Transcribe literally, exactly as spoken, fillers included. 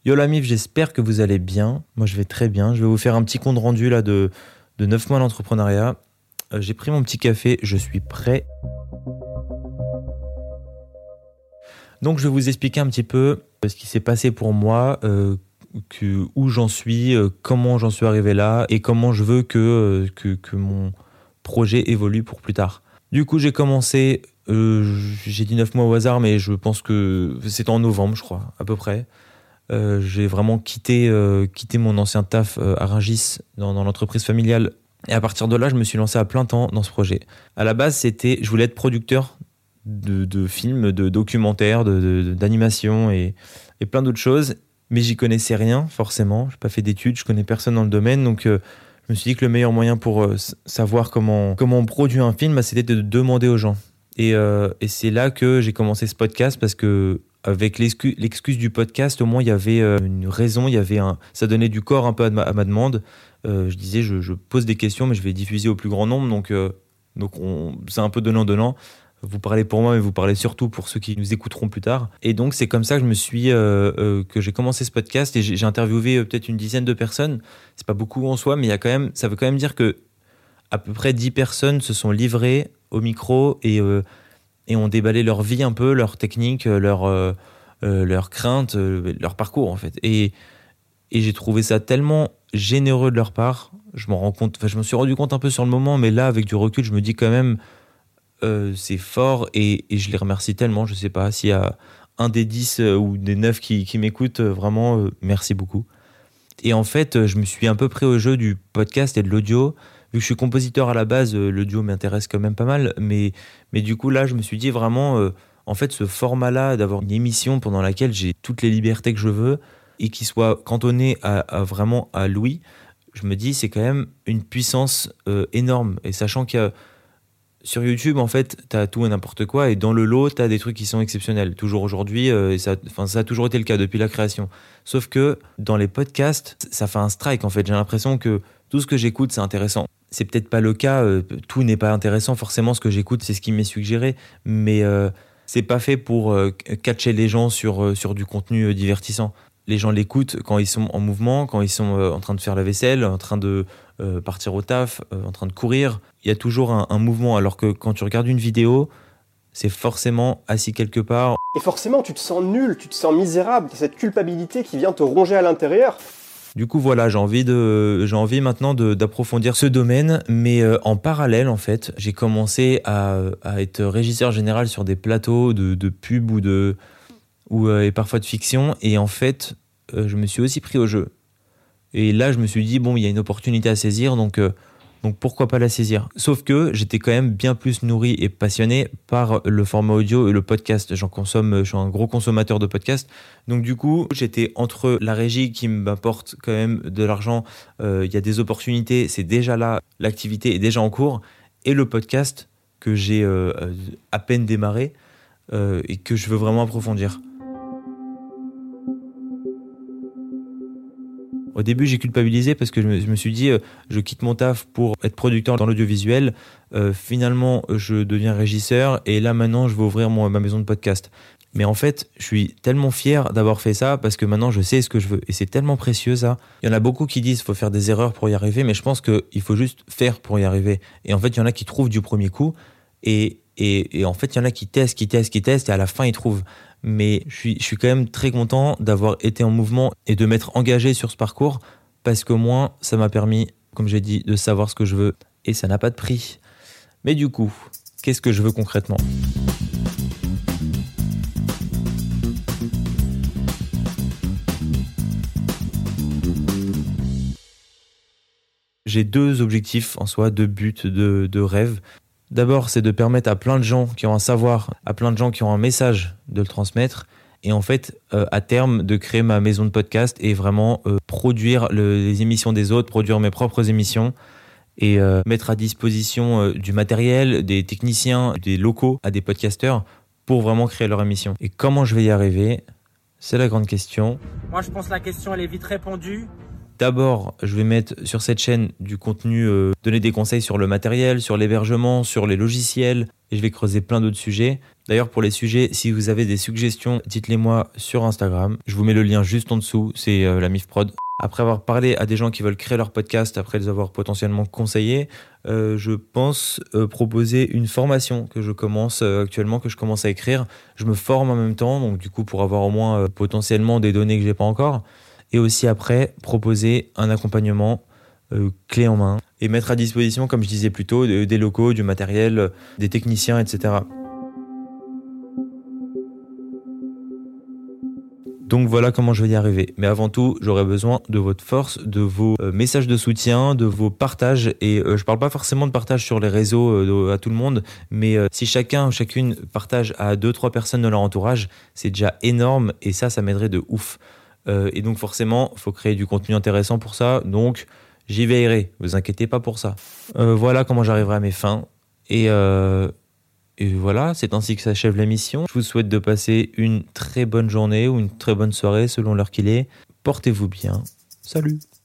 Yo la mif, j'espère que vous allez bien. Moi je vais très bien. Je vais vous faire un petit compte rendu là de, de neuf mois d'entrepreneuriat. Euh, j'ai pris mon petit café, je suis prêt. Donc je vais vous expliquer un petit peu ce qui s'est passé pour moi, euh, que, où j'en suis, euh, comment j'en suis arrivé là et comment je veux que, euh, que, que mon projet évolue pour plus tard. Du coup j'ai commencé, euh, j'ai dit neuf mois au hasard, mais je pense que c'était en novembre je crois, à peu près. Euh, j'ai vraiment quitté, euh, quitté mon ancien taf euh, à Rungis dans, dans l'entreprise familiale. Et à partir de là, je me suis lancé à plein temps dans ce projet. À la base, c'était, je voulais être producteur de, de films, de documentaires, de, de, d'animations et, et plein d'autres choses. Mais j'y connaissais rien, forcément. Je n'ai pas fait d'études, je connais personne dans le domaine. Donc, euh, je me suis dit que le meilleur moyen pour euh, savoir comment, comment on produit un film, bah, c'était de demander aux gens. Et, euh, et c'est là que j'ai commencé ce podcast parce que avec l'excuse, l'excuse du podcast, au moins il y avait euh, une raison, il y avait un, ça donnait du corps un peu à ma, à ma demande. Euh, je disais, je, je pose des questions, mais je vais diffuser au plus grand nombre, donc, euh, donc on, c'est un peu donnant-donnant. Vous parlez pour moi, mais vous parlez surtout pour ceux qui nous écouteront plus tard. Et donc c'est comme ça que je me suis, euh, euh, que j'ai commencé ce podcast et j'ai, j'ai interviewé euh, peut-être une dizaine de personnes. C'est pas beaucoup en soi, mais il y a quand même, ça veut quand même dire que à peu près dix personnes se sont livrées au micro et euh, et ont déballé leur vie un peu, leur technique, leur, euh, euh, leur crainte, euh, leur parcours en fait. Et, et j'ai trouvé ça tellement généreux de leur part. Je m'en rends compte, enfin je me suis rendu compte un peu sur le moment, mais là avec du recul, je me dis quand même euh, c'est fort et, et je les remercie tellement. Je sais pas s'il y a un des dix euh, ou des neuf qui, qui m'écoutent, euh, vraiment euh, merci beaucoup. Et en fait, je me suis un peu pris au jeu du podcast et de l'audio. Vu que je suis compositeur à la base, l'audio m'intéresse quand même pas mal. Mais, mais du coup, là, je me suis dit vraiment, euh, en fait, ce format-là, d'avoir une émission pendant laquelle j'ai toutes les libertés que je veux et qui soit cantonnée à, à vraiment à Louis, je me dis, c'est quand même une puissance euh, énorme. Et sachant qu'il y a sur YouTube, en fait, t'as tout et n'importe quoi, et dans le lot, t'as des trucs qui sont exceptionnels. Toujours aujourd'hui, euh, et ça, enfin, ça a toujours été le cas depuis la création. Sauf que dans les podcasts, ça fait un strike, en fait. J'ai l'impression que tout ce que j'écoute, c'est intéressant. C'est peut-être pas le cas, euh, tout n'est pas intéressant. Forcément, ce que j'écoute, c'est ce qui m'est suggéré, mais euh, c'est pas fait pour euh, catcher les gens sur, euh, sur du contenu euh, divertissant. Les gens l'écoutent quand ils sont en mouvement, quand ils sont euh, en train de faire la vaisselle, en train de euh, partir au taf, euh, en train de courir. Il y a toujours un, un mouvement, alors que quand tu regardes une vidéo, c'est forcément assis quelque part. Et forcément, tu te sens nul, tu te sens misérable, cette culpabilité qui vient te ronger à l'intérieur. Du coup, voilà, j'ai envie, de, j'ai envie maintenant de, d'approfondir ce domaine, mais euh, en parallèle, en fait, j'ai commencé à, à être régisseur général sur des plateaux de, de pub ou, de, ou euh, et parfois de fiction, et en fait, euh, je me suis aussi pris au jeu. Et là, je me suis dit, bon, il y a une opportunité à saisir, donc... Euh, Donc pourquoi pas la saisir ? Sauf que j'étais quand même bien plus nourri et passionné par le format audio et le podcast. J'en consomme, je suis un gros consommateur de podcasts. Donc du coup, j'étais entre la régie qui m'apporte quand même de l'argent, euh, il y a des opportunités, c'est déjà là, l'activité est déjà en cours, et le podcast que j'ai euh, à peine démarré euh, et que je veux vraiment approfondir. Au début, j'ai culpabilisé parce que je me, je me suis dit, euh, je quitte mon taf pour être producteur dans l'audiovisuel. Euh, finalement, je deviens régisseur et là, maintenant, je vais ouvrir mon, ma maison de podcast. Mais en fait, je suis tellement fier d'avoir fait ça parce que maintenant, je sais ce que je veux. Et c'est tellement précieux, ça. Il y en a beaucoup qui disent qu'il faut faire des erreurs pour y arriver, mais je pense qu'il faut juste faire pour y arriver. Et en fait, il y en a qui trouvent du premier coup. Et, et, et en fait, il y en a qui testent, qui testent, qui testent et à la fin, ils trouvent. Mais je suis, je suis quand même très content d'avoir été en mouvement et de m'être engagé sur ce parcours parce qu'au moins, ça m'a permis, comme j'ai dit, de savoir ce que je veux et ça n'a pas de prix. Mais du coup, qu'est-ce que je veux concrètement ? J'ai deux objectifs en soi, deux buts, deux, deux rêves. D'abord, c'est de permettre à plein de gens qui ont un savoir, à plein de gens qui ont un message, de le transmettre. Et en fait, euh, à terme, de créer ma maison de podcast et vraiment euh, produire le, les émissions des autres, produire mes propres émissions et euh, mettre à disposition euh, du matériel, des techniciens, des locaux à des podcasteurs pour vraiment créer leur émission. Et comment je vais y arriver ? C'est la grande question. Moi, je pense que la question, elle est vite répondue. D'abord, je vais mettre sur cette chaîne du contenu, euh, donner des conseils sur le matériel, sur l'hébergement, sur les logiciels, et je vais creuser plein d'autres sujets. D'ailleurs, pour les sujets, si vous avez des suggestions, dites-les moi sur Instagram. Je vous mets le lien juste en dessous, c'est euh, la MIFProd. Après avoir parlé à des gens qui veulent créer leur podcast, après les avoir potentiellement conseillés, euh, je pense euh, proposer une formation que je commence euh, actuellement, que je commence à écrire. Je me forme en même temps, donc du coup pour avoir au moins euh, potentiellement des données que j'ai pas encore. Et aussi après, proposer un accompagnement euh, clé en main et mettre à disposition, comme je disais plus tôt, de, des locaux, du matériel, euh, des techniciens, et cetera. Donc voilà comment je vais y arriver. Mais avant tout, j'aurai besoin de votre force, de vos euh, messages de soutien, de vos partages. Et euh, je parle pas forcément de partage sur les réseaux euh, de, à tout le monde, mais euh, si chacun ou chacune partage à deux, trois personnes de leur entourage, c'est déjà énorme et ça, ça m'aiderait de ouf. Euh, et donc forcément, il faut créer du contenu intéressant pour ça. Donc j'y veillerai, vous inquiétez pas pour ça. Euh, voilà comment j'arriverai à mes fins. Et... Euh, Et voilà, c'est ainsi que s'achève l'émission. Je vous souhaite de passer une très bonne journée ou une très bonne soirée selon l'heure qu'il est. Portez-vous bien. Salut!